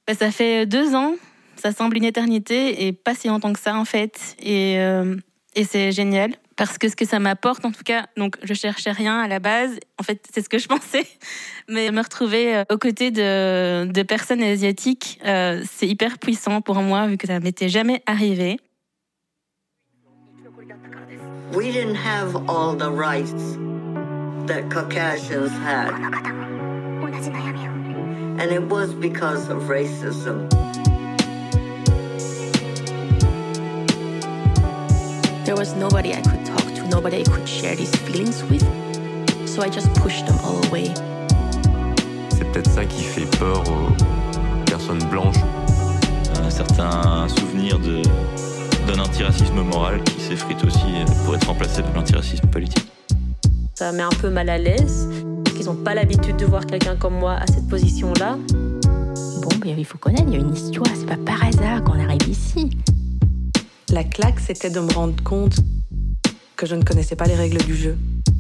Ça fait 2 ans, ça semble une éternité et pas si longtemps que ça en fait. Et c'est génial parce que ce que ça m'apporte, en tout cas, donc je cherchais rien à la base. En fait, c'est ce que je pensais, mais me retrouver aux côtés de personnes asiatiques, c'est hyper puissant pour moi vu que ça m'était jamais arrivé. We didn't have all the rights that Caucasians had. And it was because of racism. There was nobody I could talk to, nobody I could share these feelings with. So I just pushed them all away. C'est peut-être ça qui fait peur aux personnes blanches. Un certain souvenir d'un antiracisme moral qui s'effrite aussi pour être remplacé par l'antiracisme politique. Ça met un peu mal à l'aise, parce qu'ils n'ont pas l'habitude de voir quelqu'un comme moi à cette position-là. Bon, il faut connaître, il y a une histoire, c'est pas par hasard qu'on arrive ici. La claque, c'était de me rendre compte que je ne connaissais pas les règles du jeu.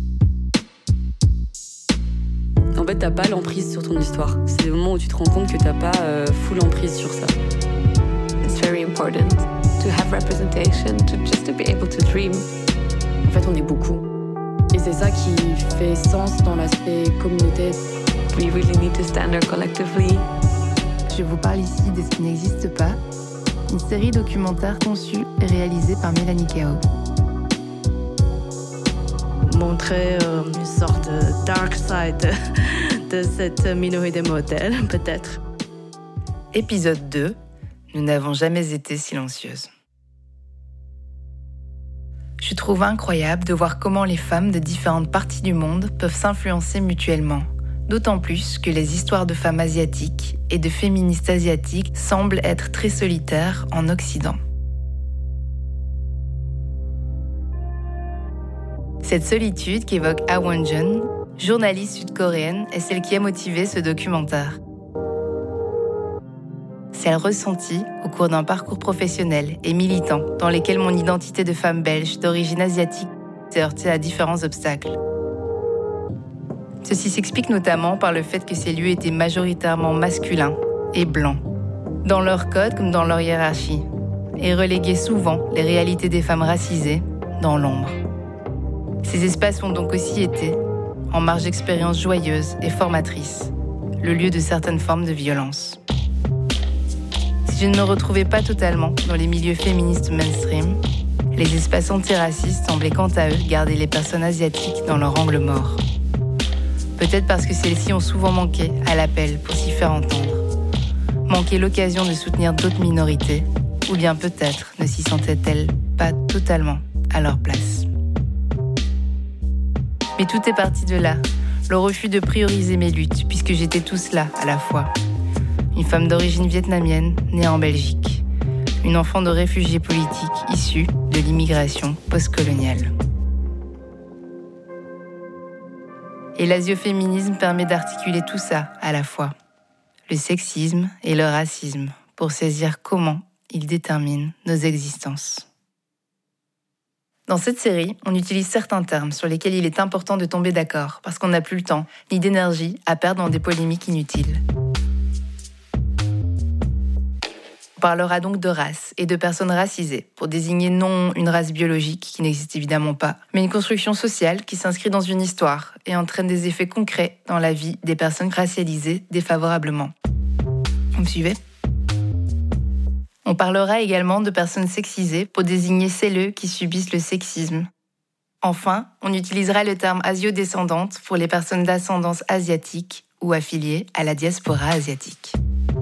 En fait, t'as pas l'emprise sur ton histoire. C'est le moment où tu te rends compte que t'as pas full emprise sur ça. It's very important to have representation, just to be able to dream. En fait, on est beaucoup. Et c'est ça qui fait sens dans l'aspect communauté. We really need to stand there collectively. Je vous parle ici de Ce qui n'existe pas, une série documentaire conçue et réalisée par Mélanie Cao. Montrer une sorte de dark side de cette minorité modèle, peut-être. Épisode 2, nous n'avons jamais été silencieuses. Je trouve incroyable de voir comment les femmes de différentes parties du monde peuvent s'influencer mutuellement. D'autant plus que les histoires de femmes asiatiques et de féministes asiatiques semblent être très solitaires en Occident. Cette solitude qu'évoque Ah Won-jeon, journaliste sud-coréenne, est celle qui a motivé ce documentaire. Celle ressentie au cours d'un parcours professionnel et militant dans lequel mon identité de femme belge d'origine asiatique s'est heurtée à différents obstacles. Ceci s'explique notamment par le fait que ces lieux étaient majoritairement masculins et blancs, dans leur code comme dans leur hiérarchie, et reléguaient souvent les réalités des femmes racisées dans l'ombre. Ces espaces ont donc aussi été, en marge d'expériences joyeuses et formatrices, le lieu de certaines formes de violence. Si je ne me retrouvais pas totalement dans les milieux féministes mainstream, les espaces antiracistes semblaient quant à eux garder les personnes asiatiques dans leur angle mort. Peut-être parce que celles-ci ont souvent manqué à l'appel pour s'y faire entendre, manqué l'occasion de soutenir d'autres minorités, ou bien peut-être ne s'y sentaient-elles pas totalement à leur place. Mais tout est parti de là, le refus de prioriser mes luttes, puisque j'étais tout cela à la fois. Une femme d'origine vietnamienne, née en Belgique. Une enfant de réfugiés politiques issue de l'immigration postcoloniale. Et l'asioféminisme permet d'articuler tout ça à la fois. Le sexisme et le racisme, pour saisir comment ils déterminent nos existences. Dans cette série, on utilise certains termes sur lesquels il est important de tomber d'accord, parce qu'on n'a plus le temps, ni d'énergie à perdre dans des polémiques inutiles. On parlera donc de race et de personnes racisées, pour désigner non une race biologique qui n'existe évidemment pas, mais une construction sociale qui s'inscrit dans une histoire et entraîne des effets concrets dans la vie des personnes racialisées défavorablement. Vous me suivez ? On parlera également de personnes sexisées pour désigner celles qui subissent le sexisme. Enfin, on utilisera le terme asio-descendante pour les personnes d'ascendance asiatique ou affiliées à la diaspora asiatique.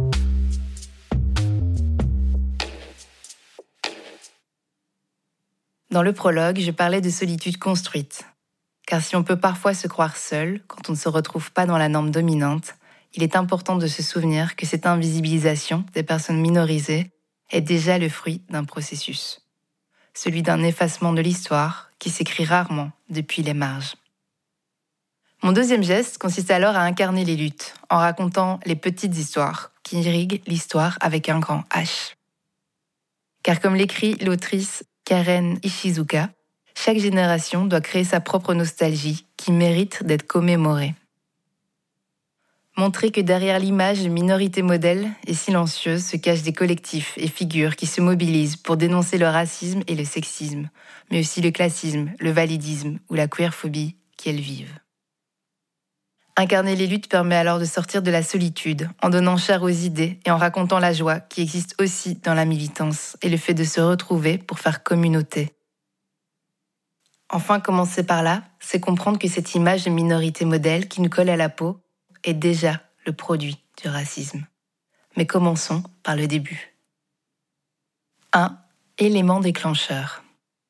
Dans le prologue, je parlais de solitude construite. Car si on peut parfois se croire seul quand on ne se retrouve pas dans la norme dominante, il est important de se souvenir que cette invisibilisation des personnes minorisées est déjà le fruit d'un processus. Celui d'un effacement de l'histoire qui s'écrit rarement depuis les marges. Mon deuxième geste consiste alors à incarner les luttes, en racontant les petites histoires qui irriguent l'histoire avec un grand H. Car comme l'écrit l'autrice Karen Ishizuka, chaque génération doit créer sa propre nostalgie qui mérite d'être commémorée. Montrer que derrière l'image de minorité modèle et silencieuse se cachent des collectifs et figures qui se mobilisent pour dénoncer le racisme et le sexisme, mais aussi le classisme, le validisme ou la queerphobie qu'elles vivent. Incarner les luttes permet alors de sortir de la solitude, en donnant chair aux idées et en racontant la joie qui existe aussi dans la militance et le fait de se retrouver pour faire communauté. Enfin, commencer par là, c'est comprendre que cette image de minorité modèle qui nous colle à la peau est déjà le produit du racisme. Mais commençons par le début. 1. Élément déclencheur.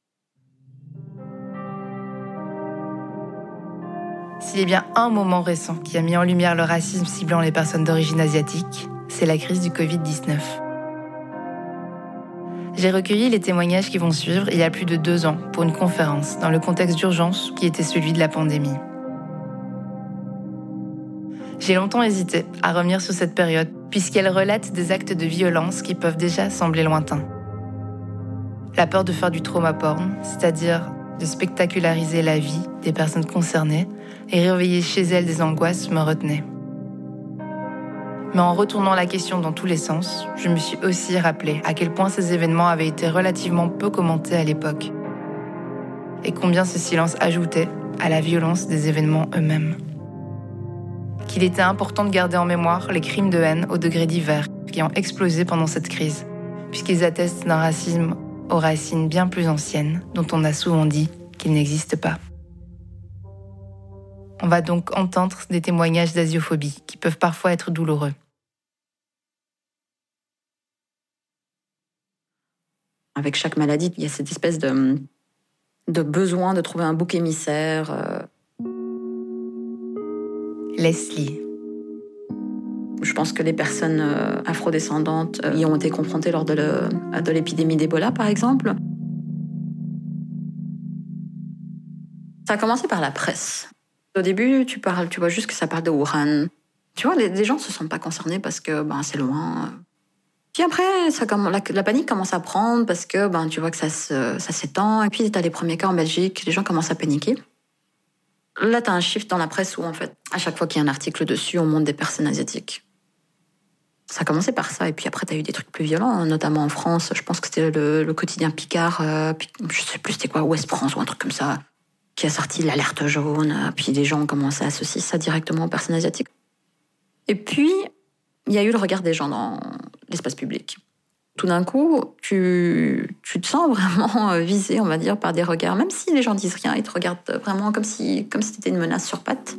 S'il y a bien un moment récent qui a mis en lumière le racisme ciblant les personnes d'origine asiatique, c'est la crise du Covid-19. J'ai recueilli les témoignages qui vont suivre il y a plus de 2 ans pour une conférence dans le contexte d'urgence qui était celui de la pandémie. J'ai longtemps hésité à revenir sur cette période puisqu'elle relate des actes de violence qui peuvent déjà sembler lointains. La peur de faire du trauma porn, c'est-à-dire de spectaculariser la vie des personnes concernées et réveiller chez elles des angoisses, me retenait. Mais en retournant la question dans tous les sens, je me suis aussi rappelé à quel point ces événements avaient été relativement peu commentés à l'époque et combien ce silence ajoutait à la violence des événements eux-mêmes. Qu'il était important de garder en mémoire les crimes de haine au degré divers qui ont explosé pendant cette crise, puisqu'ils attestent d'un racisme aux racines bien plus anciennes, dont on a souvent dit qu'il n'existe pas. On va donc entendre des témoignages d'asiophobie qui peuvent parfois être douloureux. Avec chaque maladie, il y a cette espèce de besoin de trouver un bouc émissaire. Leslie. Je pense que les personnes afrodescendantes y ont été confrontées lors de l'épidémie d'Ebola, par exemple. Ça a commencé par la presse. Au début, tu vois juste que ça parle de Wuhan. Tu vois, les gens ne se sentent pas concernés parce que c'est loin. Puis après, la panique commence à prendre parce que tu vois que ça s'étend. Et puis, tu as les premiers cas en Belgique, les gens commencent à paniquer. Là, tu as un shift dans la presse où, en fait, à chaque fois qu'il y a un article dessus, on montre des personnes asiatiques. Ça a commencé par ça. Et puis après, tu as eu des trucs plus violents, notamment en France. Je pense que c'était le quotidien Picard, je sais plus c'était quoi, Ouest France ou un truc comme ça, qui a sorti l'alerte jaune. Puis les gens ont commencé à associer ça directement aux personnes asiatiques. Et puis, il y a eu le regard des gens dans l'espace public. Tout d'un coup, tu te sens vraiment visé, on va dire, par des regards. Même si les gens disent rien, ils te regardent vraiment comme si t'étais une menace sur pattes.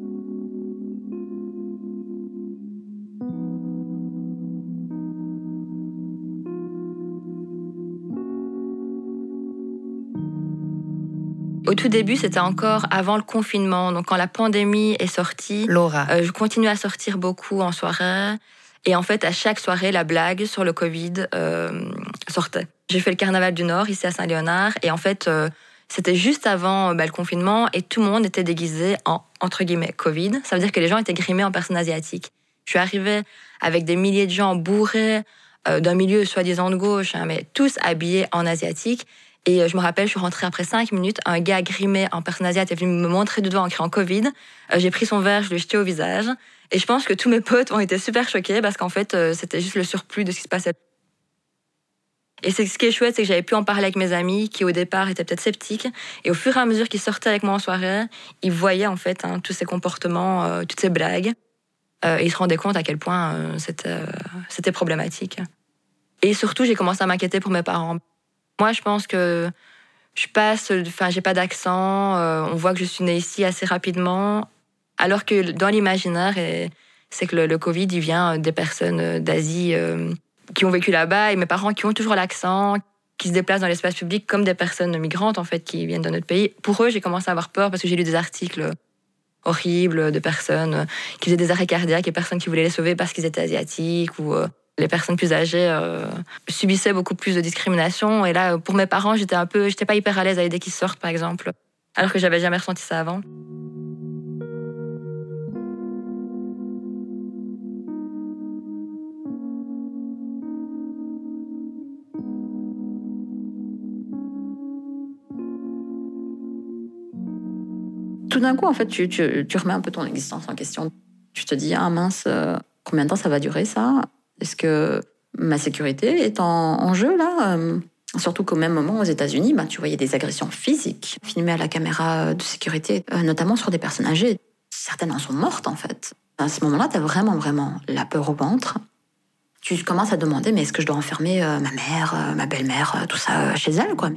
Au tout début, c'était encore avant le confinement. Donc, quand la pandémie est sortie, Laura. Je continuais à sortir beaucoup en soirée. Et en fait, à chaque soirée, la blague sur le Covid sortait. J'ai fait le carnaval du Nord, ici à Saint-Léonard. Et en fait, c'était juste avant le confinement. Et tout le monde était déguisé en, entre guillemets, Covid. Ça veut dire que les gens étaient grimés en personnes asiatiques. Je suis arrivée avec des milliers de gens bourrés d'un milieu soi-disant de gauche, mais tous habillés en asiatique. Et je me rappelle, je suis rentrée après 5 minutes, un gars grimé en personne asiatique est venu me montrer du doigt en criant Covid. J'ai pris son verre, je lui ai jeté au visage. Et je pense que tous mes potes ont été super choqués parce qu'en fait, c'était juste le surplus de ce qui se passait. Et ce qui est chouette, c'est que j'avais pu en parler avec mes amis qui, au départ, étaient peut-être sceptiques. Et au fur et à mesure qu'ils sortaient avec moi en soirée, ils voyaient en fait tous ces comportements, toutes ces blagues. Et ils se rendaient compte à quel point c'était problématique. Et surtout, j'ai commencé à m'inquiéter pour mes parents. Moi, je pense que j'ai pas d'accent, on voit que je suis née ici assez rapidement, alors que dans l'imaginaire, c'est que le Covid, il vient des personnes d'Asie qui ont vécu là-bas, et mes parents qui ont toujours l'accent, qui se déplacent dans l'espace public comme des personnes migrantes, en fait, qui viennent de notre pays. Pour eux, j'ai commencé à avoir peur parce que j'ai lu des articles horribles de personnes qui faisaient des arrêts cardiaques et personnes qui voulaient les sauver parce qu'ils étaient asiatiques ou... Les personnes plus âgées subissaient beaucoup plus de discrimination. Et là, pour mes parents, j'étais pas hyper à l'aise à l'idée qu'ils sortent, par exemple, alors que j'avais jamais ressenti ça avant. Tout d'un coup, en fait, tu remets un peu ton existence en question. Tu te dis, ah mince, combien de temps ça va durer ça? Est-ce que ma sécurité est en jeu là? Surtout qu'au même moment, aux États-Unis, tu voyais des agressions physiques filmées à la caméra de sécurité, notamment sur des personnes âgées. Certaines en sont mortes, en fait. À ce moment-là, tu as vraiment, vraiment la peur au ventre. Tu commences à te demander, mais est-ce que je dois enfermer ma mère, ma belle-mère, tout ça chez elle, quoi.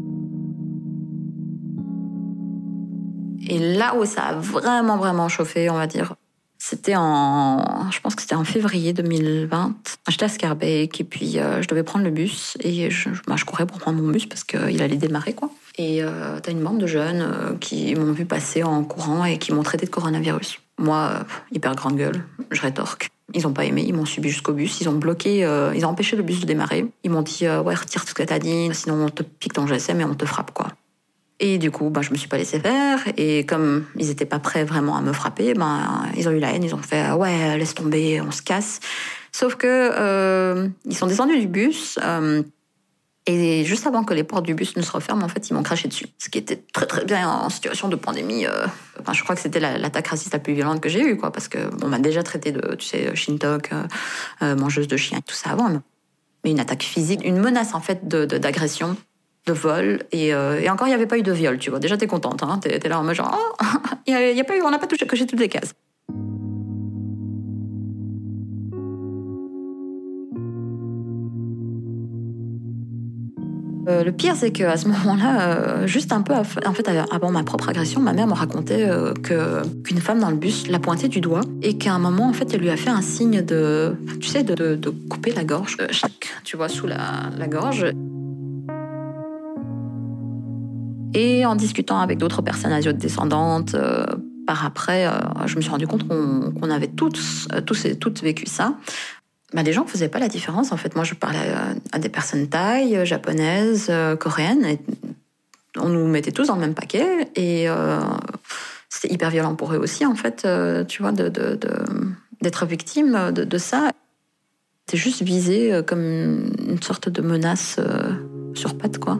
Et là où ça a vraiment, vraiment chauffé, on va dire, je pense que c'était en février 2020. J'étais à Scarbeck et puis je devais prendre le bus et je courais pour prendre mon bus parce qu'il allait démarrer, quoi. Et t'as une bande de jeunes qui m'ont vu passer en courant et qui m'ont traité de coronavirus. Moi, hyper grande gueule, je rétorque. Ils n'ont pas aimé, ils m'ont suivi jusqu'au bus, ils ont bloqué, ils ont empêché le bus de démarrer. Ils m'ont dit ouais, retire tout ce que t'as dit, sinon on te pique ton GSM et on te frappe, quoi. Et du coup, je me suis pas laissée faire. Et comme ils étaient pas prêts vraiment à me frapper, ils ont eu la haine. Ils ont fait ouais, laisse tomber, on se casse. Sauf que ils sont descendus du bus et juste avant que les portes du bus ne se referment, en fait, ils m'ont craché dessus. Ce qui était très très bien en situation de pandémie. Je crois que c'était l'attaque raciste la plus violente que j'ai eue, quoi, parce que on m'a déjà traité de, tu sais, shintok, mangeuse de chiens, tout ça avant. Mais une attaque physique, une menace en fait d'agression. De vol, et encore il n'y avait pas eu de viol, tu vois. Déjà t'es contente, hein, t'es là en mode genre oh, y a pas eu, on n'a pas touché, coché toutes les cases. Le pire, c'est qu'à ce moment-là, juste un peu en fait, avant ma propre agression, ma mère me racontait qu'une femme dans le bus l'a pointé du doigt et qu'à un moment, en fait, elle lui a fait un signe de couper la gorge, tu vois, sous la gorge. Et en discutant avec d'autres personnes asiodescendantes, par après, je me suis rendu compte qu'on avait toutes vécu ça. Les gens ne faisaient pas la différence, en fait. Moi, je parlais à des personnes thaï, japonaises, coréennes, et on nous mettait tous dans le même paquet, et c'était hyper violent pour eux aussi, en fait, tu vois, d'être victime de ça. C'était juste visé comme une sorte de menace sur pattes, quoi.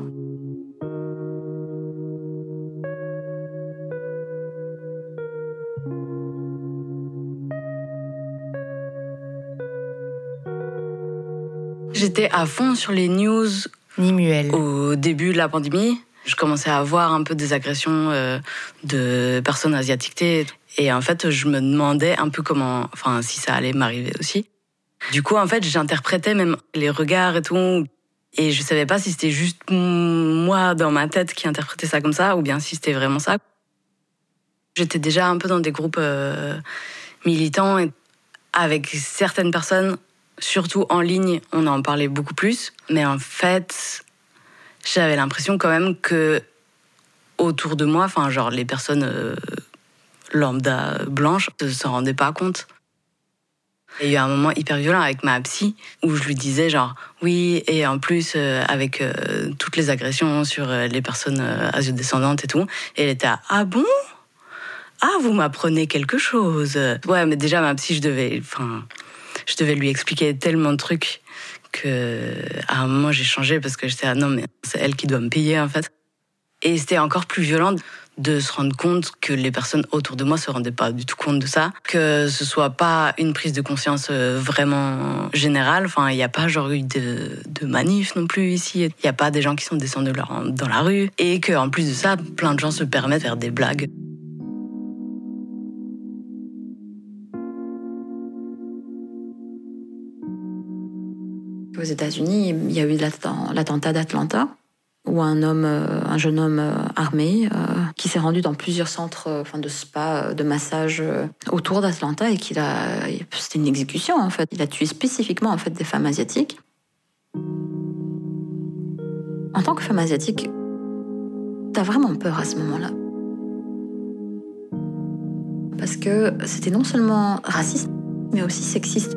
J'étais à fond sur les news Nimuel. Au début de la pandémie. Je commençais à avoir un peu des agressions de personnes asiatiques. Et en fait, je me demandais un peu si ça allait m'arriver aussi. Du coup, en fait, j'interprétais même les regards et tout. Et je savais pas si c'était juste moi dans ma tête qui interprétait ça comme ça ou bien si c'était vraiment ça. J'étais déjà un peu dans des groupes militants et avec certaines personnes. Surtout en ligne, on en parlait beaucoup plus. Mais en fait, j'avais l'impression quand même que autour de moi, les personnes lambda blanches ne s'en rendaient pas compte. Il y a eu un moment hyper violent avec ma psy où je lui disais oui, et en plus avec toutes les agressions sur les personnes asiodescendantes et tout. Et elle était ah bon? Ah, vous m'apprenez quelque chose. Ouais, mais déjà ma psy, je devais lui expliquer tellement de trucs qu'à un moment, j'ai changé parce que j'étais non, mais c'est elle qui doit me payer, en fait. Et c'était encore plus violent de se rendre compte que les personnes autour de moi se rendaient pas du tout compte de ça, que ce soit pas une prise de conscience vraiment générale. Il n'y a pas eu de manif non plus ici. Il n'y a pas des gens qui sont descendus dans la rue. Et qu'en plus de ça, plein de gens se permettent de faire des blagues. Aux États-Unis, il y a eu l'attentat d'Atlanta, où un jeune homme armé qui s'est rendu dans plusieurs centres de spa, de massage autour d'Atlanta et c'était une exécution, en fait. Il a tué spécifiquement, en fait, des femmes asiatiques. En tant que femme asiatique, t'as vraiment peur à ce moment-là. Parce que c'était non seulement raciste, mais aussi sexiste.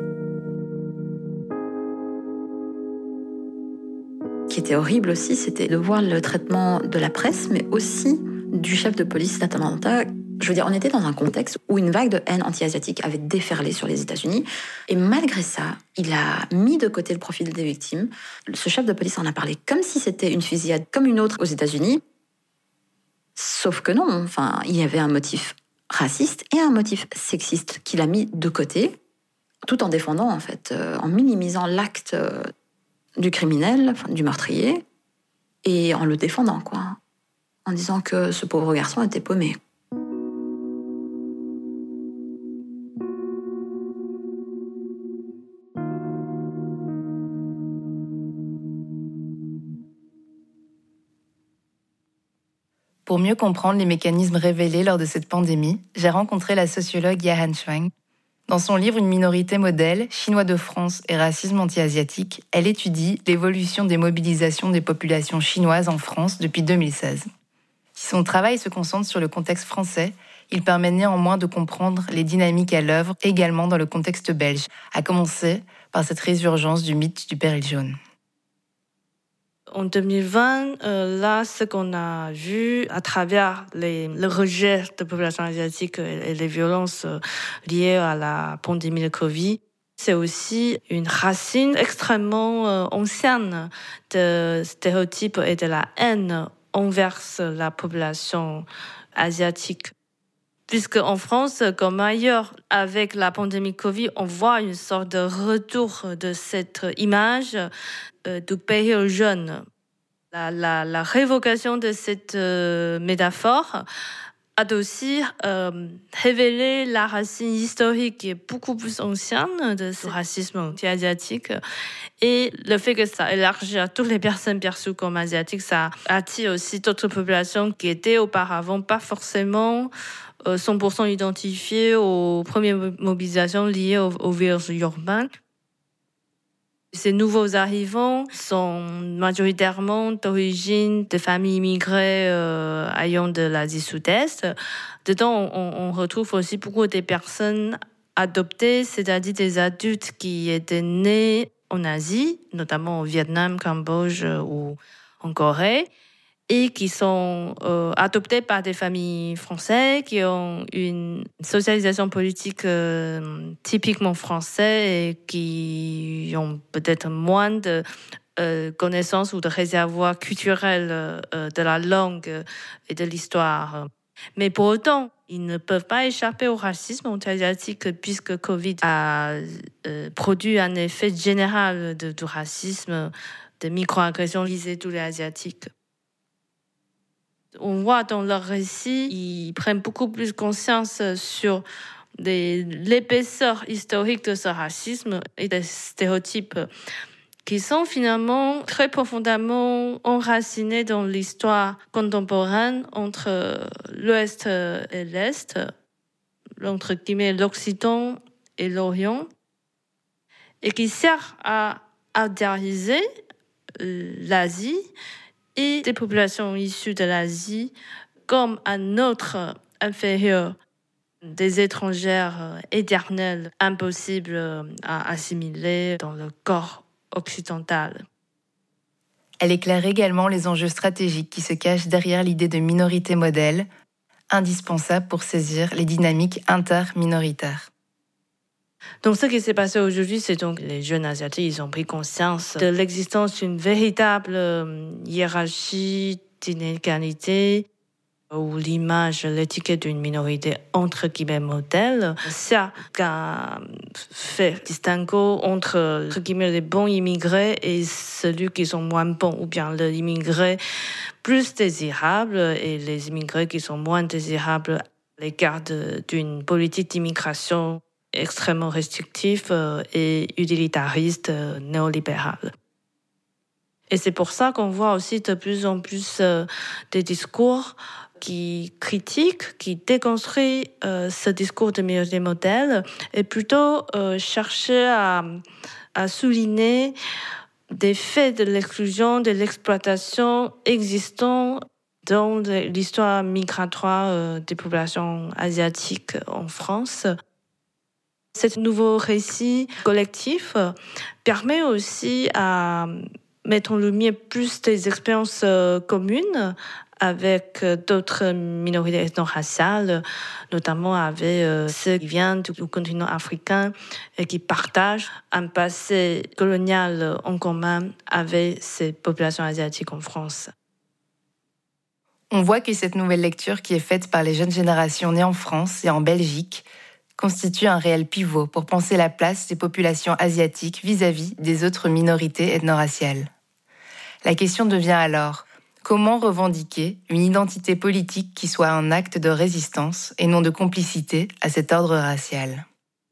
Ce qui était horrible aussi, c'était de voir le traitement de la presse, mais aussi du chef de police d'Atlanta. Je veux dire, on était dans un contexte où une vague de haine anti-asiatique avait déferlé sur les États-Unis. Et malgré ça, il a mis de côté le profil des victimes. Ce chef de police en a parlé comme si c'était une fusillade comme une autre aux États-Unis. Sauf que non, il y avait un motif raciste et un motif sexiste qu'il a mis de côté, tout en défendant, en fait, en minimisant l'acte du criminel, enfin, du meurtrier, et en le défendant, quoi. En disant que ce pauvre garçon était paumé. Pour mieux comprendre les mécanismes révélés lors de cette pandémie, j'ai rencontré la sociologue Yahan Chuang. Dans son livre Une minorité modèle, Chinois de France et racisme anti-asiatique, elle étudie l'évolution des mobilisations des populations chinoises en France depuis 2016. Si son travail se concentre sur le contexte français, il permet néanmoins de comprendre les dynamiques à l'œuvre également dans le contexte belge, à commencer par cette résurgence du mythe du péril jaune. En 2020, là, ce qu'on a vu à travers le rejet de la population asiatique et les violences liées à la pandémie de Covid, c'est aussi une racine extrêmement ancienne de stéréotypes et de la haine envers la population asiatique. Puisque en France, comme ailleurs, avec la pandémie Covid, on voit une sorte de retour de cette image du péril jaune. La révocation de cette métaphore a aussi révélé la racine historique qui est beaucoup plus ancienne de ce racisme anti-asiatique. Et le fait que ça élargit à toutes les personnes perçues comme asiatiques, ça attire aussi d'autres populations qui étaient auparavant pas forcément 100% identifiées aux premières mobilisations liées au virus urbain. Ces nouveaux arrivants sont majoritairement d'origine de familles immigrées ayant de l'Asie Sud-Est. Dedans, on retrouve aussi beaucoup de personnes adoptées, c'est-à-dire des adultes qui étaient nés en Asie, notamment au Vietnam, Cambodge ou en Corée, et qui sont adoptés par des familles françaises qui ont une socialisation politique typiquement française et qui ont peut-être moins de connaissances ou de réservoirs culturels de la langue et de l'histoire. Mais pour autant, ils ne peuvent pas échapper au racisme anti-asiatique puisque Covid a produit un effet général du racisme, de microagressions visées tous les Asiatiques. On voit dans leurs récits, ils prennent beaucoup plus conscience sur l'épaisseur historique de ce racisme et des stéréotypes qui sont finalement très profondément enracinés dans l'histoire contemporaine entre l'Ouest et l'Est, entre guillemets l'Occident et l'Orient, et qui servent à adériser l'Asie et des populations issues de l'Asie comme un autre inférieur, des étrangères éternelles, impossibles à assimiler dans le corps occidental. Elle éclaire également les enjeux stratégiques qui se cachent derrière l'idée de minorité modèle, indispensable pour saisir les dynamiques interminoritaires. Donc, ce qui s'est passé aujourd'hui, c'est donc les jeunes asiatiques, ils ont pris conscience de l'existence d'une véritable hiérarchie d'inégalité où l'image, l'étiquette d'une minorité entre guillemets modèle, ça a fait distinguo entre guillemets les bons immigrés et celui qui sont moins bons, ou bien les immigrés plus désirables et les immigrés qui sont moins désirables à l'égard d'une politique d'immigration extrêmement restrictif et utilitariste néolibéral. Et c'est pour ça qu'on voit aussi de plus en plus des discours qui critiquent, qui déconstruisent ce discours de minorité modèle et plutôt chercher à souligner des faits de l'exclusion, de l'exploitation existants dans l'histoire migratoire des populations asiatiques en France. Ce nouveau récit collectif permet aussi à mettre en lumière plus des expériences communes avec d'autres minorités ethno-raciales, notamment avec ceux qui viennent du continent africain et qui partagent un passé colonial en commun avec ces populations asiatiques en France. On voit que cette nouvelle lecture qui est faite par les jeunes générations nées en France et en Belgique constitue un réel pivot pour penser la place des populations asiatiques vis-à-vis des autres minorités ethno-raciales. La question devient alors, comment revendiquer une identité politique qui soit un acte de résistance et non de complicité à cet ordre racial ?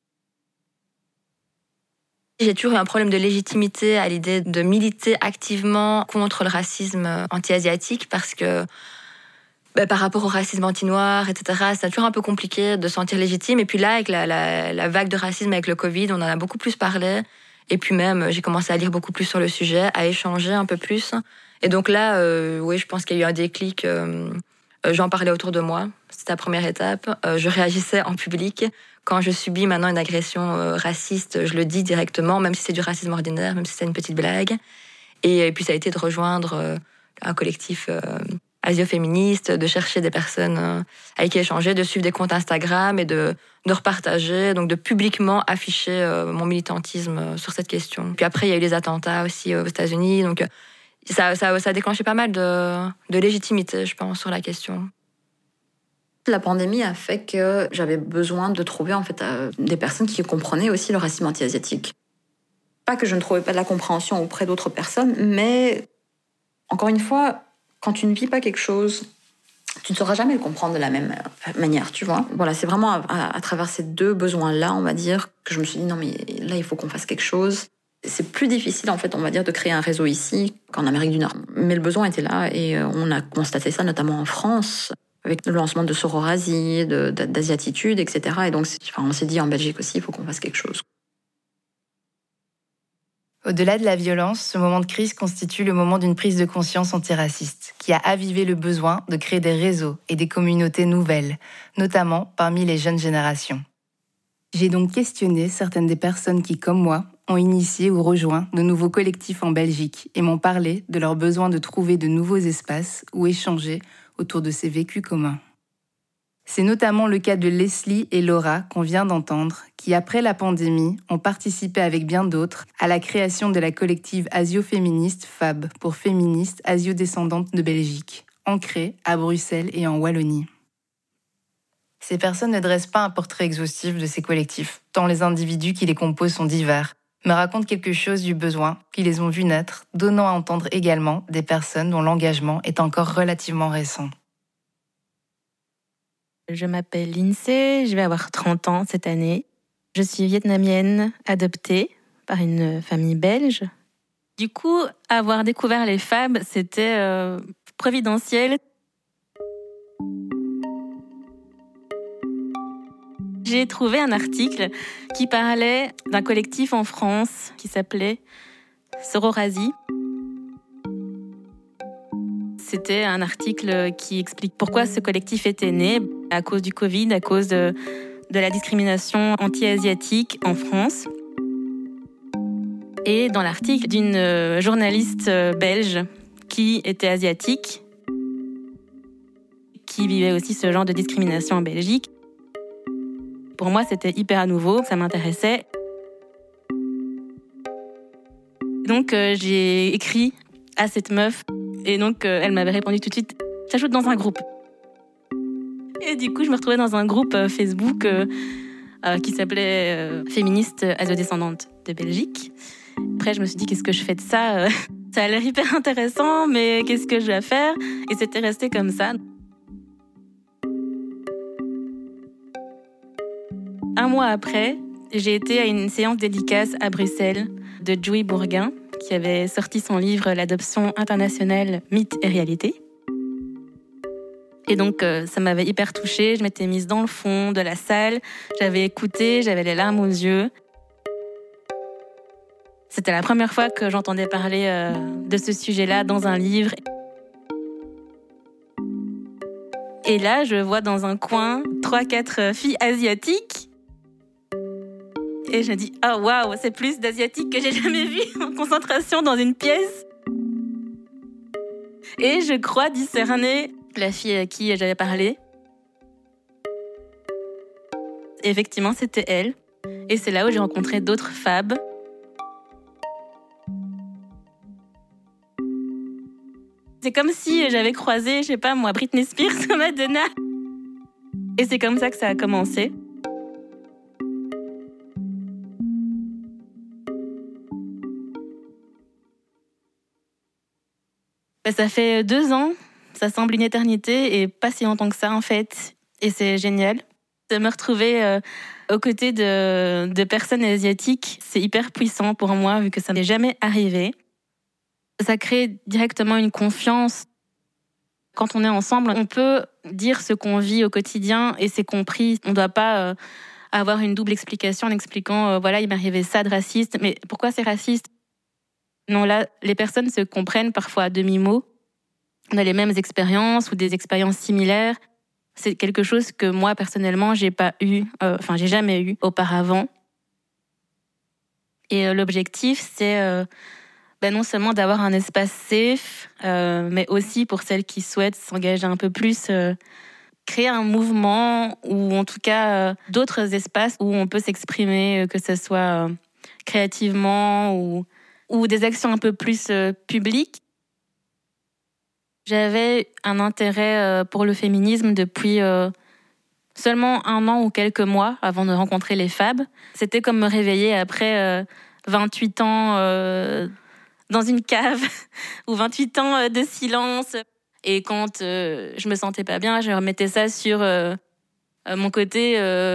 J'ai toujours eu un problème de légitimité à l'idée de militer activement contre le racisme anti-asiatique parce que par rapport au racisme anti-noir, etc., c'est toujours un peu compliqué de se sentir légitime. Et puis là, avec la vague de racisme avec le Covid, on en a beaucoup plus parlé. Et puis même, j'ai commencé à lire beaucoup plus sur le sujet, à échanger un peu plus. Et donc là, oui, je pense qu'il y a eu un déclic. J'en parlais autour de moi. C'était la première étape. Je réagissais en public. Quand je subis maintenant une agression raciste, je le dis directement, même si c'est du racisme ordinaire, même si c'est une petite blague. Et puis ça a été de rejoindre un collectif asio-féministe, de chercher des personnes avec qui échanger, de suivre des comptes Instagram et de repartager, donc de publiquement afficher mon militantisme sur cette question. Puis après, il y a eu les attentats aussi aux États-Unis, donc ça a déclenché pas mal de légitimité, je pense, sur la question. La pandémie a fait que j'avais besoin de trouver en fait des personnes qui comprenaient aussi le racisme anti-asiatique. Pas que je ne trouvais pas de la compréhension auprès d'autres personnes, mais encore une fois, quand tu ne vis pas quelque chose, tu ne sauras jamais le comprendre de la même manière, tu vois. Voilà, c'est vraiment à travers ces deux besoins-là, on va dire, que je me suis dit non mais là il faut qu'on fasse quelque chose. C'est plus difficile en fait, on va dire, de créer un réseau ici qu'en Amérique du Nord. Mais le besoin était là et on a constaté ça notamment en France, avec le lancement de Sororasie, d'Asiatitude, etc. Et donc on s'est dit en Belgique aussi, il faut qu'on fasse quelque chose. Au-delà de la violence, ce moment de crise constitue le moment d'une prise de conscience antiraciste, qui a avivé le besoin de créer des réseaux et des communautés nouvelles, notamment parmi les jeunes générations. J'ai donc questionné certaines des personnes qui, comme moi, ont initié ou rejoint de nouveaux collectifs en Belgique et m'ont parlé de leur besoin de trouver de nouveaux espaces où échanger autour de ces vécus communs. C'est notamment le cas de Leslie et Laura qu'on vient d'entendre, qui après la pandémie ont participé avec bien d'autres à la création de la collective asio-féministe FAB pour féministes asio-descendantes de Belgique, ancrée à Bruxelles et en Wallonie. Ces personnes ne dressent pas un portrait exhaustif de ces collectifs, tant les individus qui les composent sont divers, mais racontent quelque chose du besoin qui les ont vus naître, donnant à entendre également des personnes dont l'engagement est encore relativement récent. Je m'appelle Lindsay, je vais avoir 30 ans cette année. Je suis vietnamienne, adoptée par une famille belge. Du coup, avoir découvert les FAB, c'était providentiel. J'ai trouvé un article qui parlait d'un collectif en France qui s'appelait Sororasie. C'était un article qui explique pourquoi ce collectif était né, à cause du Covid, à cause de la discrimination anti-asiatique en France. Et dans l'article d'une journaliste belge qui était asiatique, qui vivait aussi ce genre de discrimination en Belgique. Pour moi, c'était hyper nouveau, ça m'intéressait. Donc, j'ai écrit à cette meuf. Et donc, elle m'avait répondu tout de suite, j'ajoute dans un groupe. Et du coup, je me retrouvais dans un groupe Facebook qui s'appelait Féministes asio-descendantes de Belgique. Après, je me suis dit, qu'est-ce que je fais de ça ? Ça a l'air hyper intéressant, mais qu'est-ce que je vais faire ? Et c'était resté comme ça. Un mois après, j'ai été à une séance dédicace à Bruxelles de Joey Bourguin, qui avait sorti son livre « L'adoption internationale, mythe et réalité ». Et donc, ça m'avait hyper touchée. Je m'étais mise dans le fond de la salle. J'avais écouté, j'avais les larmes aux yeux. C'était la première fois que j'entendais parler de ce sujet-là dans un livre. Et là, je vois dans un coin 3-4 filles asiatiques. Et je me dis, oh waouh, c'est plus d'asiatiques que j'ai jamais vu en concentration dans une pièce. Et je crois discerner la fille à qui j'avais parlé. Et effectivement, c'était elle. Et c'est là où j'ai rencontré d'autres FAB. C'est comme si j'avais croisé, je sais pas moi, Britney Spears ou Madonna. Et c'est comme ça que ça a commencé. Ça fait 2 ans, ça semble une éternité et pas si longtemps que ça en fait. Et c'est génial. De me retrouver aux côtés de personnes asiatiques, c'est hyper puissant pour moi vu que ça m'est jamais arrivé. Ça crée directement une confiance. Quand on est ensemble, on peut dire ce qu'on vit au quotidien et c'est compris. On ne doit pas avoir une double explication en expliquant voilà, il m'est arrivé ça de raciste, mais pourquoi c'est raciste ? Non, là, les personnes se comprennent parfois à demi-mot. On a les mêmes expériences ou des expériences similaires. C'est quelque chose que moi, personnellement, j'ai jamais eu auparavant. Et l'objectif, c'est non seulement d'avoir un espace safe, mais aussi pour celles qui souhaitent s'engager un peu plus, créer un mouvement ou en tout cas d'autres espaces où on peut s'exprimer, que ce soit créativement ou des actions un peu plus publiques. J'avais un intérêt pour le féminisme depuis seulement 1 an ou quelques mois avant de rencontrer les Fab. C'était comme me réveiller après 28 ans dans une cave ou 28 ans de silence. Et quand je me sentais pas bien, je remettais ça sur mon côté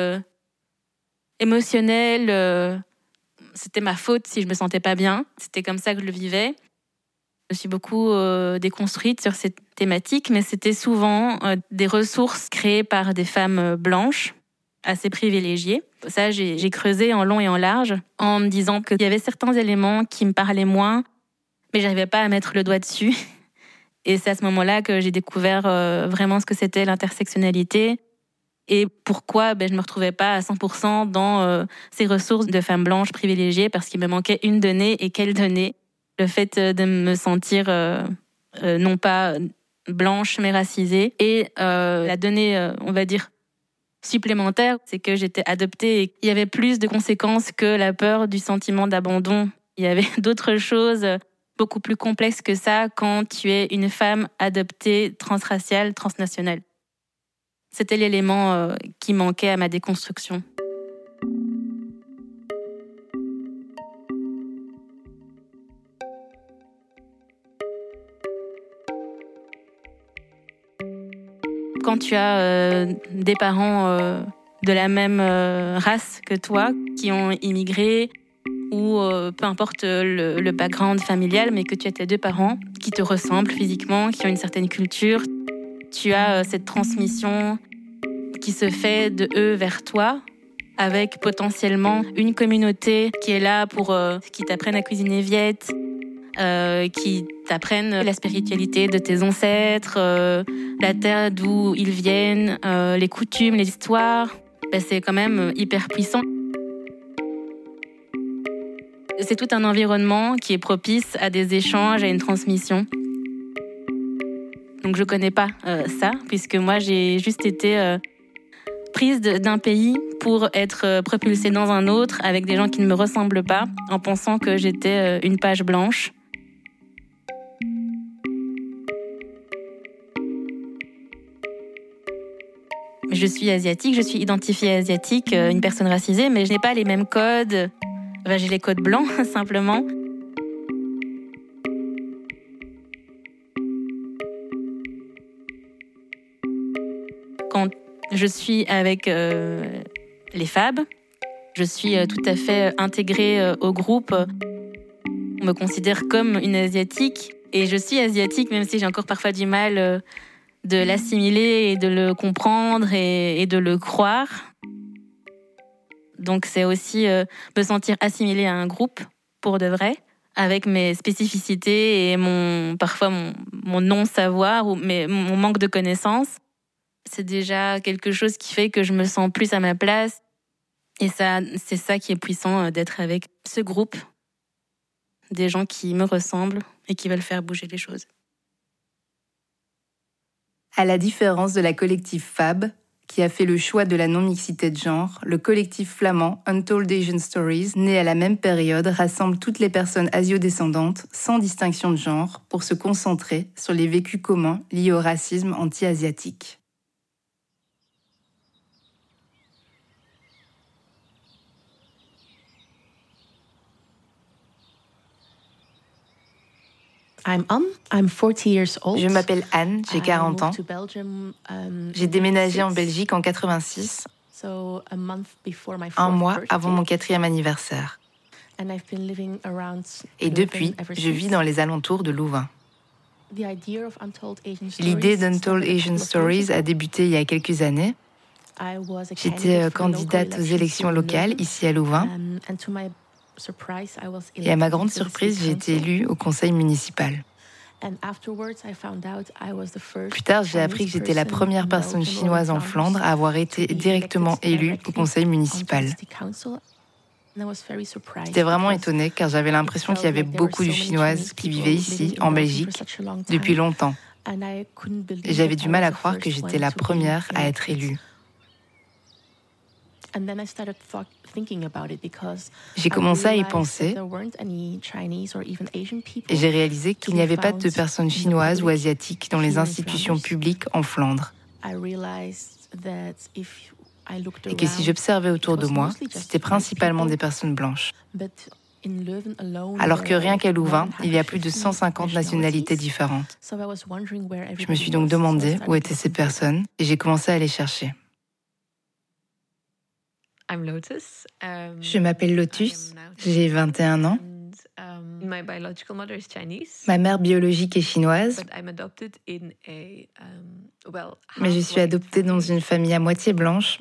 émotionnel. C'était ma faute si je me sentais pas bien. C'était comme ça que je le vivais. Je me suis beaucoup déconstruite sur cette thématique, mais c'était souvent des ressources créées par des femmes blanches, assez privilégiées. Ça, j'ai creusé en long et en large, en me disant qu'il y avait certains éléments qui me parlaient moins, mais j'arrivais pas à mettre le doigt dessus. Et c'est à ce moment-là que j'ai découvert vraiment ce que c'était l'intersectionnalité et pourquoi je me retrouvais pas à 100% dans ces ressources de femmes blanches privilégiées, parce qu'il me manquait une donnée. Et quelle donnée ? Le fait de me sentir non pas blanche mais racisée. Et la donnée, on va dire, supplémentaire, c'est que j'étais adoptée et il y avait plus de conséquences que la peur du sentiment d'abandon. Il y avait d'autres choses beaucoup plus complexes que ça quand tu es une femme adoptée, transraciale, transnationale. C'était l'élément qui manquait à ma déconstruction. Quand tu as des parents de la même race que toi, qui ont immigré, ou peu importe le background familial, mais que tu as tes 2 parents qui te ressemblent physiquement, qui ont une certaine culture, tu as cette transmission qui se fait de eux vers toi, avec potentiellement une communauté qui est là pour qui t'apprenne à cuisiner viette, qui t'apprennent la spiritualité de tes ancêtres, la terre d'où ils viennent, les coutumes, les histoires. C'est quand même hyper puissant. C'est tout un environnement qui est propice à des échanges, à une transmission. Donc je connais pas ça, puisque moi j'ai juste été prise d'un pays pour être propulsée dans un autre avec des gens qui ne me ressemblent pas, en pensant que j'étais une page blanche. Je suis asiatique, je suis identifiée asiatique, une personne racisée, mais je n'ai pas les mêmes codes. Enfin, j'ai les codes blancs, simplement. Quand je suis avec les Fab, je suis tout à fait intégrée au groupe. On me considère comme une asiatique. Et je suis asiatique, même si j'ai encore parfois du mal de l'assimiler et de le comprendre et de le croire. Donc c'est aussi me sentir assimilée à un groupe, pour de vrai, avec mes spécificités et parfois mon non-savoir ou mon manque de connaissances. C'est déjà quelque chose qui fait que je me sens plus à ma place. Et ça, c'est ça qui est puissant d'être avec ce groupe. Des gens qui me ressemblent et qui veulent faire bouger les choses. À la différence de la collective Fab, qui a fait le choix de la non-mixité de genre, le collectif flamand Untold Asian Stories, né à la même période, rassemble toutes les personnes asio-descendantes, sans distinction de genre, pour se concentrer sur les vécus communs liés au racisme anti-asiatique. Je m'appelle Anne, j'ai 40 ans. J'ai déménagé en Belgique en 86, un mois avant mon 4e anniversaire. Et depuis, je vis dans les alentours de Louvain. L'idée d'Untold Asian Stories a débuté il y a quelques années. J'étais candidate aux élections locales ici à Louvain. Et à ma grande surprise, j'ai été élue au conseil municipal. Plus tard, j'ai appris que j'étais la première personne chinoise en Flandre à avoir été directement élue au conseil municipal. J'étais vraiment étonnée car j'avais l'impression qu'il y avait beaucoup de Chinoises qui vivaient ici, en Belgique, depuis longtemps. Et j'avais du mal à croire que j'étais la première à être élue. J'ai commencé à y penser et j'ai réalisé qu'il n'y avait pas de personnes chinoises ou asiatiques dans les institutions publiques en Flandre. Et que si j'observais autour de moi, c'était principalement des personnes blanches. Alors que rien qu'à Louvain, il y a plus de 150 nationalités différentes. Je me suis donc demandé où étaient ces personnes et j'ai commencé à les chercher. Je m'appelle Lotus, j'ai 21 ans. Ma mère biologique est chinoise, mais je suis adoptée dans une famille à moitié blanche.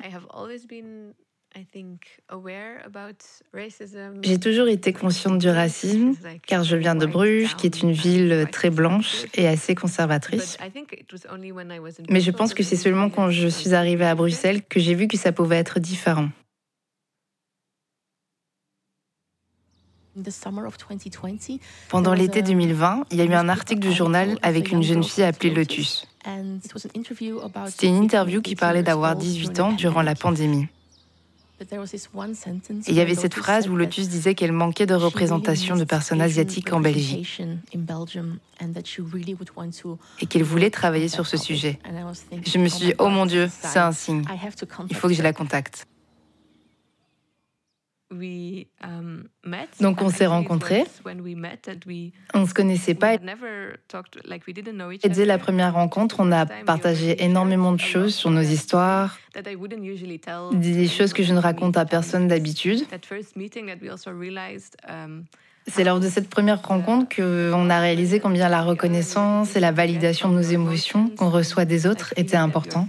J'ai toujours été consciente du racisme, car je viens de Bruges, qui est une ville très blanche et assez conservatrice. Mais je pense que c'est seulement quand je suis arrivée à Bruxelles que j'ai vu que ça pouvait être différent. Pendant l'été 2020, il y a eu un article du journal avec une jeune fille appelée Lotus. C'était une interview qui parlait d'avoir 18 ans durant la pandémie. Et il y avait cette phrase où Lotus disait qu'elle manquait de représentation de personnes asiatiques en Belgique et qu'elle voulait travailler sur ce sujet. Je me suis dit, oh mon Dieu, c'est un signe. Il faut que je la contacte. Donc on s'est rencontrés, on ne se connaissait pas. Et dès la première rencontre, on a partagé énormément de choses sur nos histoires, des choses que je ne raconte à personne d'habitude. C'est lors de cette première rencontre qu'on a réalisé combien la reconnaissance et la validation de nos émotions qu'on reçoit des autres étaient importants.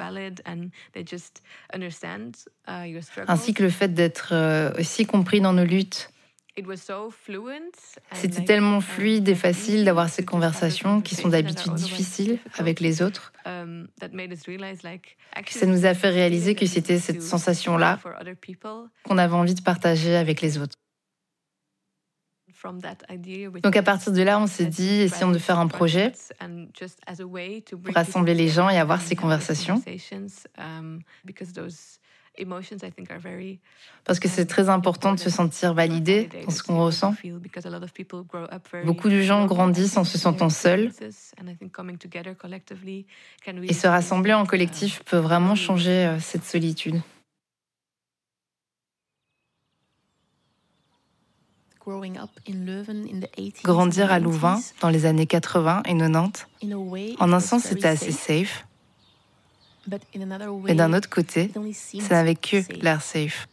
Ainsi que le fait d'être aussi compris dans nos luttes. C'était tellement fluide et facile d'avoir ces conversations qui sont d'habitude difficiles avec les autres, que ça nous a fait réaliser que c'était cette sensation-là qu'on avait envie de partager avec les autres. Donc à partir de là, on s'est dit, essayons de faire un projet pour rassembler les gens et avoir ces conversations. Parce que c'est très important de se sentir validé dans ce qu'on ressent. Beaucoup de gens grandissent en se sentant seuls. Et se rassembler en collectif peut vraiment changer cette solitude. Grandir à Louvain dans les années 80 et 90, en un sens, c'était assez safe. Mais d'un autre côté, ça n'avait que l'air safe.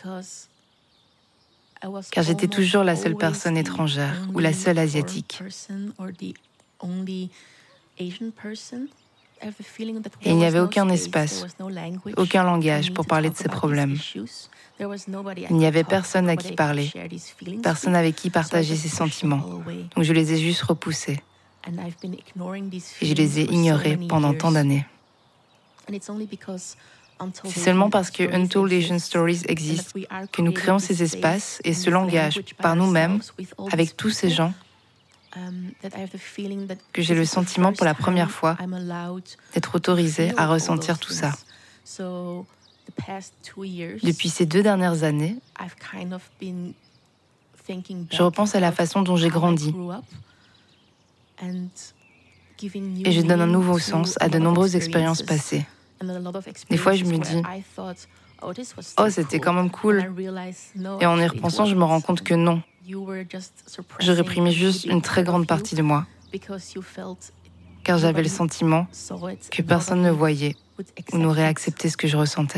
Car j'étais toujours la seule personne étrangère ou la seule asiatique. Et il n'y avait aucun espace, aucun langage pour parler de ces problèmes. Il n'y avait personne à qui parler, personne avec qui partager ses sentiments. Donc je les ai juste repoussés. Et je les ai ignorés pendant tant d'années. C'est seulement parce que Untold Asian Stories existe que nous créons ces espaces et ce langage par nous-mêmes, avec tous ces gens, que j'ai le sentiment pour la première fois d'être autorisée à ressentir tout ça. Depuis ces 2 dernières années, je repense à la façon dont j'ai grandi et je donne un nouveau sens à de nombreuses expériences passées. Des fois, je me dis « Oh, c'était quand même cool ». Et en y repensant, je me rends compte que non. Je réprimais juste une très grande partie de moi, car j'avais le sentiment que personne ne voyait ou n'aurait accepté ce que je ressentais.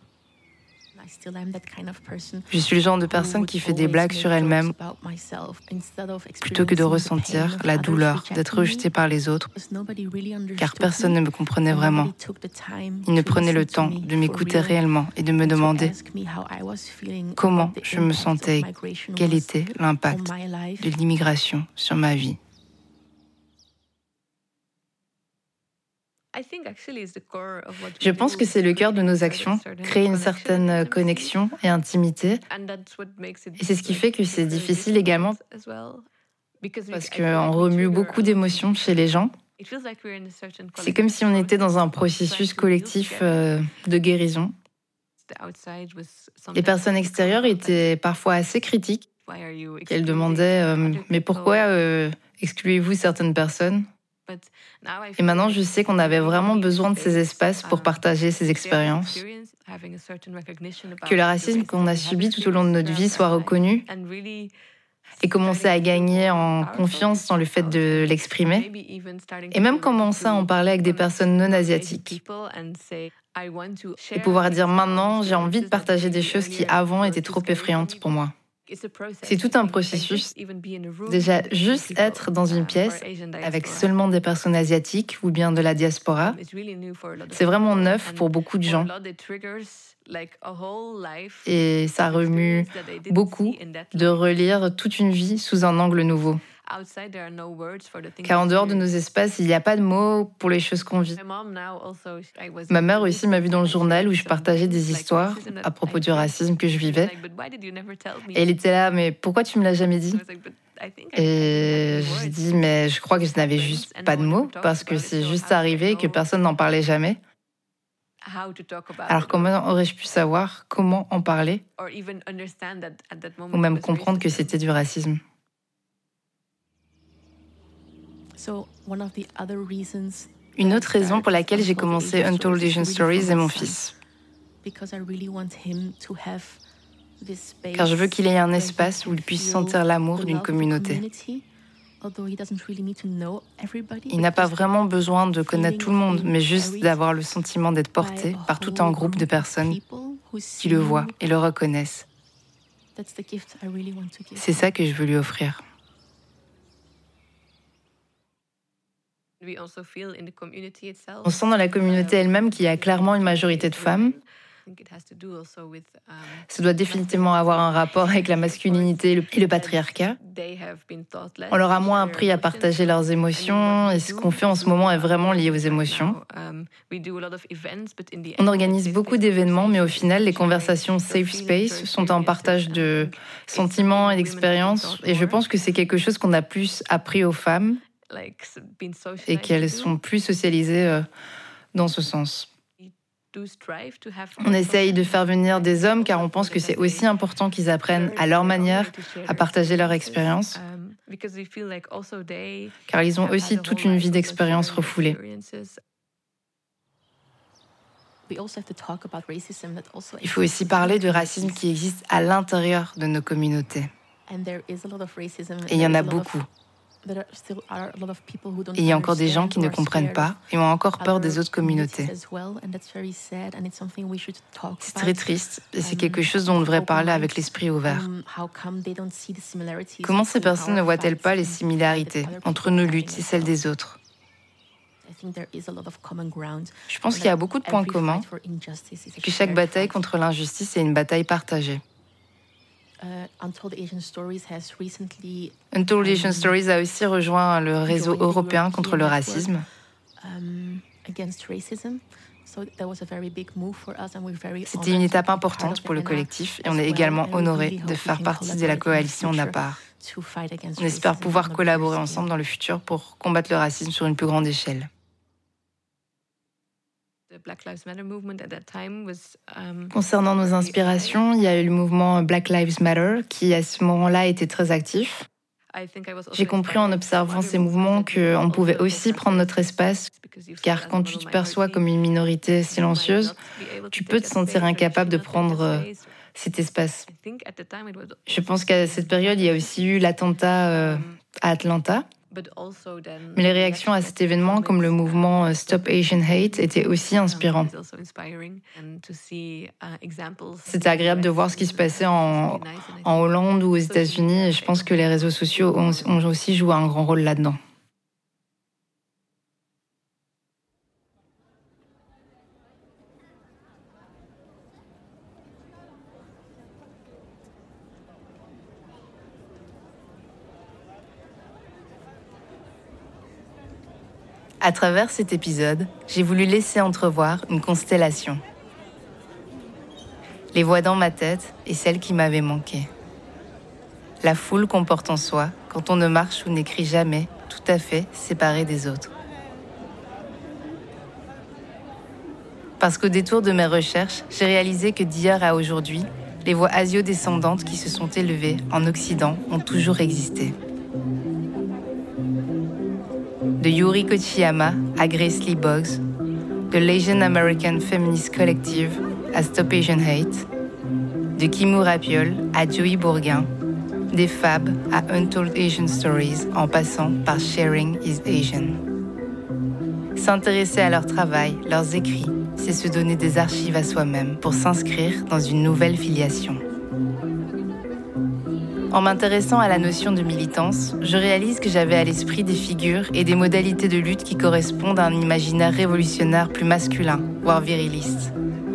Je suis le genre de personne qui fait des blagues sur elle-même plutôt que de ressentir la douleur d'être rejetée par les autres, car personne ne me comprenait vraiment. Ils ne prenaient le temps de m'écouter réellement et de me demander comment je me sentais, quel était l'impact de l'immigration sur ma vie. Je pense que c'est le cœur de nos actions, créer une certaine connexion et intimité. Et c'est ce qui fait que c'est difficile également, parce qu'on remue beaucoup d'émotions chez les gens. C'est comme si on était dans un processus collectif de guérison. Les personnes extérieures étaient parfois assez critiques. Elles demandaient « Mais pourquoi excluez-vous certaines personnes ?» Et maintenant, je sais qu'on avait vraiment besoin de ces espaces pour partager ces expériences, que le racisme qu'on a subi tout au long de notre vie soit reconnu et commencer à gagner en confiance dans le fait de l'exprimer, et même commencer à en parler avec des personnes non asiatiques. Et pouvoir dire maintenant, j'ai envie de partager des choses qui avant étaient trop effrayantes pour moi. C'est tout un processus. Déjà, juste être dans une pièce avec seulement des personnes asiatiques ou bien de la diaspora, c'est vraiment neuf pour beaucoup de gens. Et ça remue beaucoup de relire toute une vie sous un angle nouveau. Car en dehors de nos espaces, il n'y a pas de mots pour les choses qu'on vit. Ma mère aussi m'a vu dans le journal où je partageais des histoires à propos du racisme que je vivais. Et elle était là, mais pourquoi tu me l'as jamais dit ? Et je dis, mais je crois que je n'avais juste pas de mots, parce que c'est juste arrivé et que personne n'en parlait jamais. Alors comment aurais-je pu savoir comment en parler, ou même comprendre que c'était du racisme ? Une autre raison pour laquelle j'ai commencé Untold Asian Stories est mon fils. Car je veux qu'il ait un espace où il puisse sentir l'amour d'une communauté. Il n'a pas vraiment besoin de connaître tout le monde, mais juste d'avoir le sentiment d'être porté par tout un groupe de personnes qui le voient et le reconnaissent. C'est ça que je veux lui offrir. On sent dans la communauté elle-même qu'il y a clairement une majorité de femmes. Ça doit définitivement avoir un rapport avec la masculinité et le patriarcat. On leur a moins appris à partager leurs émotions et ce qu'on fait en ce moment est vraiment lié aux émotions. On organise beaucoup d'événements, mais au final, les conversations Safe Space sont un partage de sentiments et d'expériences. Et je pense que c'est quelque chose qu'on a plus appris aux femmes et qu'elles sont plus socialisées dans ce sens. On essaye de faire venir des hommes car on pense que c'est aussi important qu'ils apprennent à leur manière à partager leur expérience, car ils ont aussi toute une vie d'expériences refoulées. Il faut aussi parler du racisme qui existe à l'intérieur de nos communautés. Et il y en a beaucoup. Et il y a encore des gens qui ne comprennent pas et ont encore peur des autres communautés. C'est très triste et c'est quelque chose dont on devrait parler avec l'esprit ouvert. Comment ces personnes ne voient-elles pas les similarités entre nos luttes et celles des autres ? Je pense qu'il y a beaucoup de points communs et que chaque bataille contre l'injustice est une bataille partagée. Untold Asian Stories a aussi rejoint le réseau européen contre le racisme. C'était une étape importante pour le collectif et on est également honorés de faire partie de la coalition NAPAR. On espère pouvoir collaborer ensemble dans le futur pour combattre le racisme sur une plus grande échelle. Concernant nos inspirations, il y a eu le mouvement Black Lives Matter qui, à ce moment-là, était très actif. J'ai compris en observant ces mouvements qu'on pouvait aussi prendre notre espace, car quand tu te perçois comme une minorité silencieuse, tu peux te sentir incapable de prendre cet espace. Je pense qu'à cette période, il y a aussi eu l'attentat à Atlanta. Mais les réactions à cet événement, comme le mouvement Stop Asian Hate, étaient aussi inspirants. C'était agréable de voir ce qui se passait en Hollande ou aux États-Unis, et je pense que les réseaux sociaux ont aussi joué un grand rôle là-dedans. À travers cet épisode, j'ai voulu laisser entrevoir une constellation. Les voix dans ma tête et celles qui m'avaient manqué. La foule qu'on porte en soi quand on ne marche ou n'écrit jamais tout à fait séparé des autres. Parce qu'au détour de mes recherches, j'ai réalisé que d'hier à aujourd'hui, les voix asio-descendantes qui se sont élevées en Occident ont toujours existé. De Yuri Kochiyama à Grace Lee Boggs, de l'Asian American Feminist Collective à Stop Asian Hate, de Kimou Rapiol à Joey Bourguin, des Fab à Untold Asian Stories en passant par Sharing is Asian. S'intéresser à leur travail, leurs écrits, c'est se donner des archives à soi-même pour s'inscrire dans une nouvelle filiation. En m'intéressant à la notion de militance, je réalise que j'avais à l'esprit des figures et des modalités de lutte qui correspondent à un imaginaire révolutionnaire plus masculin, voire viriliste.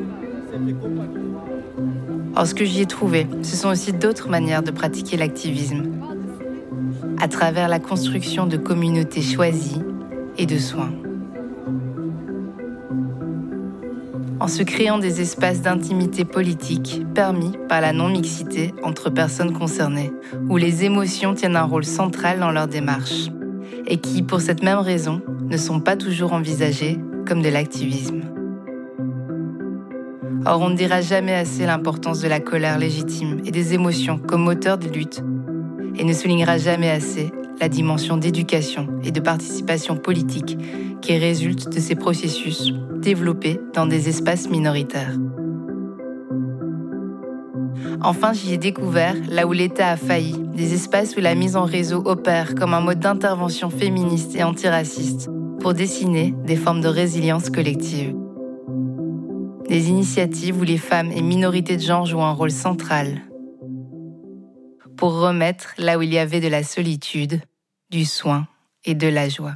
Or, ce que j'y ai trouvé, ce sont aussi d'autres manières de pratiquer l'activisme, à travers la construction de communautés choisies et de soins. En se créant des espaces d'intimité politique permis par la non-mixité entre personnes concernées, où les émotions tiennent un rôle central dans leur démarche, et qui, pour cette même raison, ne sont pas toujours envisagées comme de l'activisme. Or, on ne dira jamais assez l'importance de la colère légitime et des émotions comme moteur de lutte, et ne soulignera jamais assez la dimension d'éducation et de participation politique qui résulte de ces processus développés dans des espaces minoritaires. Enfin, j'y ai découvert, là où l'État a failli, des espaces où la mise en réseau opère comme un mode d'intervention féministe et antiraciste pour dessiner des formes de résilience collective. Des initiatives où les femmes et minorités de genre jouent un rôle central pour remettre là où il y avait de la solitude, du soin et de la joie.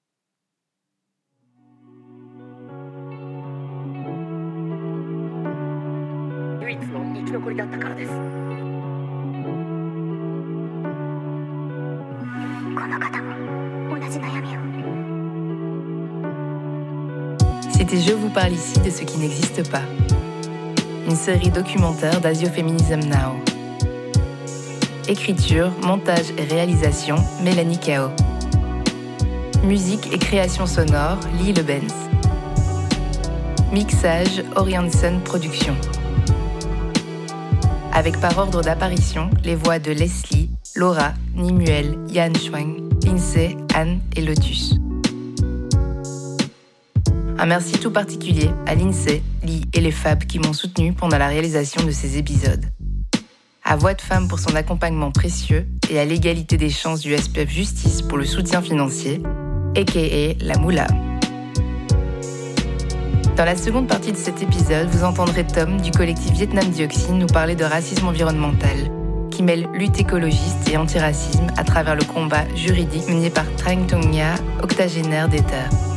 C'était Je vous parle ici de ce qui n'existe pas. Une série documentaire d'Asio Feminism Now. Écriture, montage et réalisation, Mélanie Kao. Musique et création sonore, Lee Lebenz. Mixage, Orianson Productions. Avec par ordre d'apparition, les voix de Leslie, Laura, Nimuel, Yann Schwang, Lindsay, Anne et Lotus. Un merci tout particulier à Lindsay, Lee et les Fab qui m'ont soutenu pendant la réalisation de ces épisodes. À Voix de Femme pour son accompagnement précieux et à l'égalité des chances du SPF Justice pour le soutien financier, a.k.a. la Moula. Dans la seconde partie de cet épisode, vous entendrez Tom du collectif Vietnam Dioxine nous parler de racisme environnemental, qui mêle lutte écologiste et antiracisme à travers le combat juridique mené par Trang Tong Nha, octogénaire d'Ether.